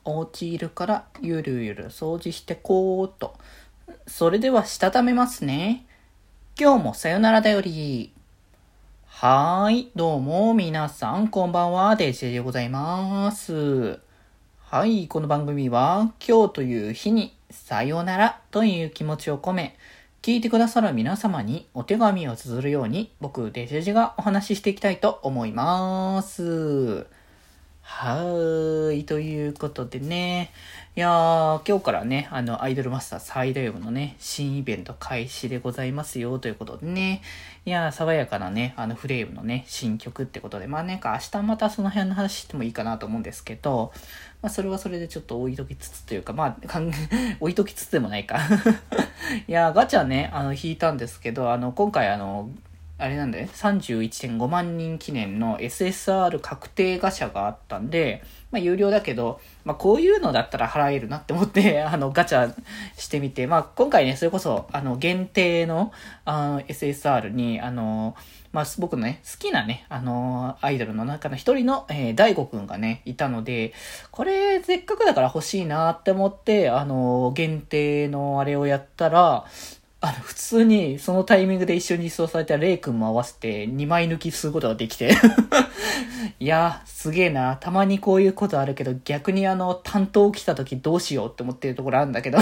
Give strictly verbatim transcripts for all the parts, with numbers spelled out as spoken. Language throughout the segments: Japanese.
お家いるからゆるゆる掃除してこーっと。それではしたためますね。今日もさよならだより。はーい、どうも皆さんこんばんは、デジェジでございます。はい、この番組は今日という日にさよならという気持ちを込め、聞いてくださる皆様にお手紙を綴るように僕デジェジがお話ししていきたいと思います。はーい。ということでね。いやー、今日からね、あの、アイドルマスター最大部のね、新イベント開始でございますよ、ということでね。いやー、爽やかなね、あの、フレームのね、新曲ってことで、まあなんか明日またその辺の話してもいいかなと思うんですけど、まあそれはそれでちょっと置いときつつというか、まあ、かん置いときつつでもないか。いやー、ガチャね、あの、引いたんですけど、あの、今回あの、あれなんだよ、さんじゅういってんごまん人記念の エスエスアール 確定ガチャがあったんで、まあ有料だけど、まあこういうのだったら払えるなって思って、あのガチャしてみて、まあ今回ね、それこそ、あの限定の、あの エスエスアール に、あの、まあ僕のね、好きなね、あの、アイドルの中の一人の、えー、大悟くんがね、いたので、これせっかくだから欲しいなって思って、あの、限定のあれをやったら、あの、普通にそのタイミングで一緒に実装されたレイ君も合わせてにまい抜きすることができて。いやー、すげえな。たまにこういうことあるけど、逆にあの、担当来た時どうしようって思ってるところあるんだけど。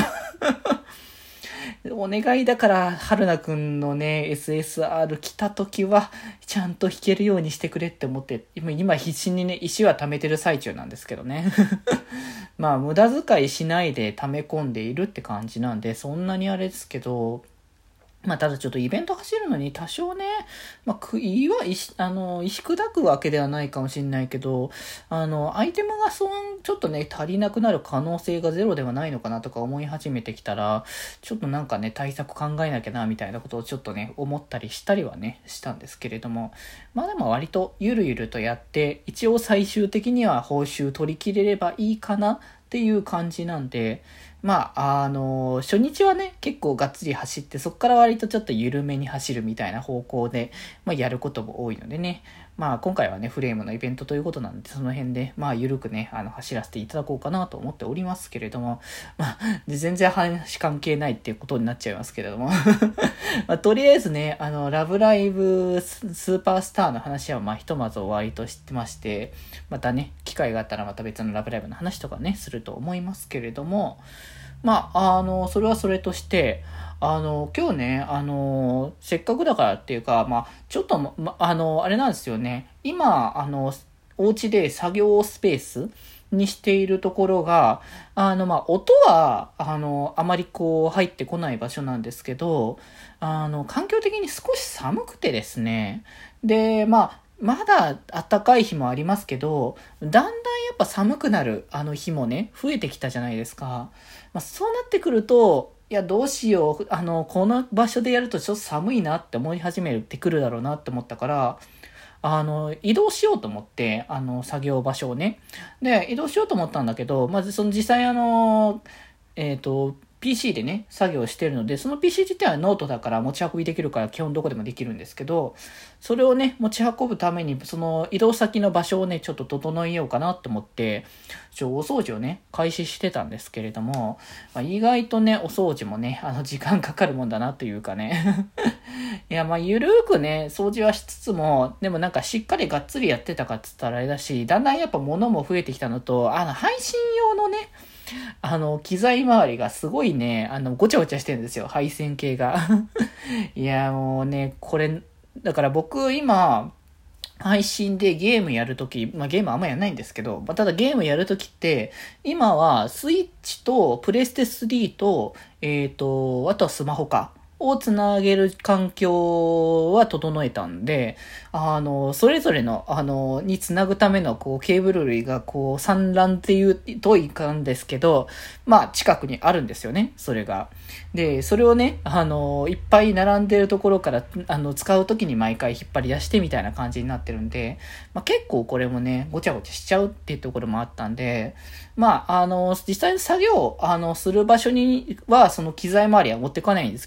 お願いだから、春菜くんのね、エスエスアール 来た時は、ちゃんと弾けるようにしてくれって思って、今、今必死にね、石は貯めてる最中なんですけどね。まあ、無駄遣いしないで溜め込んでいるって感じなんで、そんなにあれですけど、まあ、ただちょっとイベント走るのに多少ね、まあ、く、いわ、いし、あの、石砕くわけではないかもしれないけど、あの、アイテムがそん、ちょっとね、足りなくなる可能性がゼロではないのかなとか思い始めてきたら、ちょっとなんかね、対策考えなきゃな、みたいなことをちょっとね、思ったりしたりはね、したんですけれども、まあでも割とゆるゆるとやって、一応最終的には報酬取り切れればいいかなっていう感じなんで、まあ、あの、初日はね、結構がっつり走って、そこから割とちょっと緩めに走るみたいな方向で、まあ、やることも多いのでね、まあ、今回はね、フレームのイベントということなんで、その辺で、まあ、緩くね、あの、走らせていただこうかなと思っておりますけれども、まあ、で全然話関係ないっていうことになっちゃいますけれども、まあ、とりあえずね、あの、ラブライブスーパースターの話は、まあ、ひとまず終わりとしてまして、またね、機会があったらまた別のラブライブの話とかね、すると思いますけれども、まあ、あの、それはそれとして、あの、今日ね、あの、せっかくだからっていうか、まあ、ちょっと、ま、あの、あれなんですよね。今、あの、お家で作業スペースにしているところが、あの、まあ、音は、あの、あまりこう、入ってこない場所なんですけど、あの、環境的に少し寒くてですね。で、まあ、まだ暖かい日もありますけど、だんだんやっぱ寒くなるあの日もね、増えてきたじゃないですか。まあ、そうなってくると、いや、どうしよう。あの、この場所でやるとちょっと寒いなって思い始めてくるだろうなって思ったから、あの、移動しようと思って、あの、作業場所をね。で、移動しようと思ったんだけど、まずその実際あの、えっと、ピーシー でね、作業してるので、その ピーシー 自体はノートだから持ち運びできるから基本どこでもできるんですけど、それをね、持ち運ぶために、その移動先の場所をね、ちょっと整えようかなと思って、ちょ、お掃除をね、開始してたんですけれども、まあ、意外とね、お掃除もね、あの、時間かかるもんだなというかね。いや、まあ、ゆるーくね、掃除はしつつも、でもなんかしっかりがっつりやってたかっつったらあれだし、だんだんやっぱ物も増えてきたのと、あの、配信用のね、あの、機材周りがすごいね、あの、ごちゃごちゃしてるんですよ、配線系が。いや、もうね、これ、だから僕今、配信でゲームやるとき、まあゲームあんまやらないんですけど、まあ、ただゲームやるときって、今はスイッチとプレステスリーと、えっと、あとはスマホか。をつなげる環境は整えたんで、あの、それぞれの、あの、につなぐための、こう、ケーブル類が、こう、散乱っていうといかんですけど、まあ、近くにあるんですよね、それが。で、それをね、あの、いっぱい並んでるところから、あの、使うときに毎回引っ張り出してみたいな感じになってるんで、まあ、結構これもね、ごちゃごちゃしちゃうっていうところもあったんで、まあ、あの、実際に作業、あの、する場所には、その機材周りは持ってかないんですけど、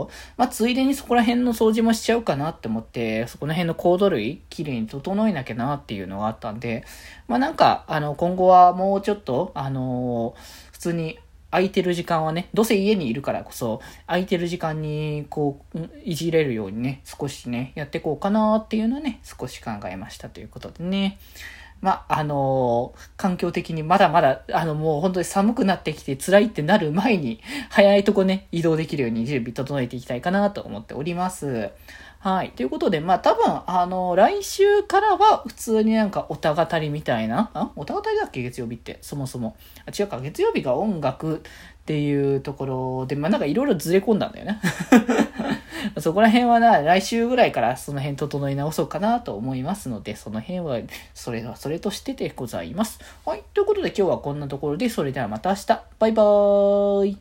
ど、まあ、ついでにそこら辺の掃除もしちゃうかなって思って、そこら辺のコード類、綺麗に整えなきゃなっていうのがあったんで、まあ、なんか、あの、今後はもうちょっと、あのー普通に、空いてる時間はね、どうせ家にいるからこそ、空いてる時間に、こう、いじれるようにね、少しね、やっていこうかなっていうのはね、少し考えましたということでね。まあ、あのー環境的にまだまだ、あの、もう本当に寒くなってきて辛いってなる前に、早いとこね、移動できるように準備整えていきたいかなと思っております。はい。ということで、まあ多分、あの、来週からは普通になんかおたがたりみたいな、あおたがたりだっけ月曜日って、そもそも。あ、違うか、月曜日が音楽っていうところで、まあなんかいろいろずれ込んだんだよね。そこら辺はな、来週ぐらいからその辺整い直そうかなと思いますので、その辺は、それはそれとしてでございます。はい。ということで今日はこんなところで、それではまた明日。バイバーイ。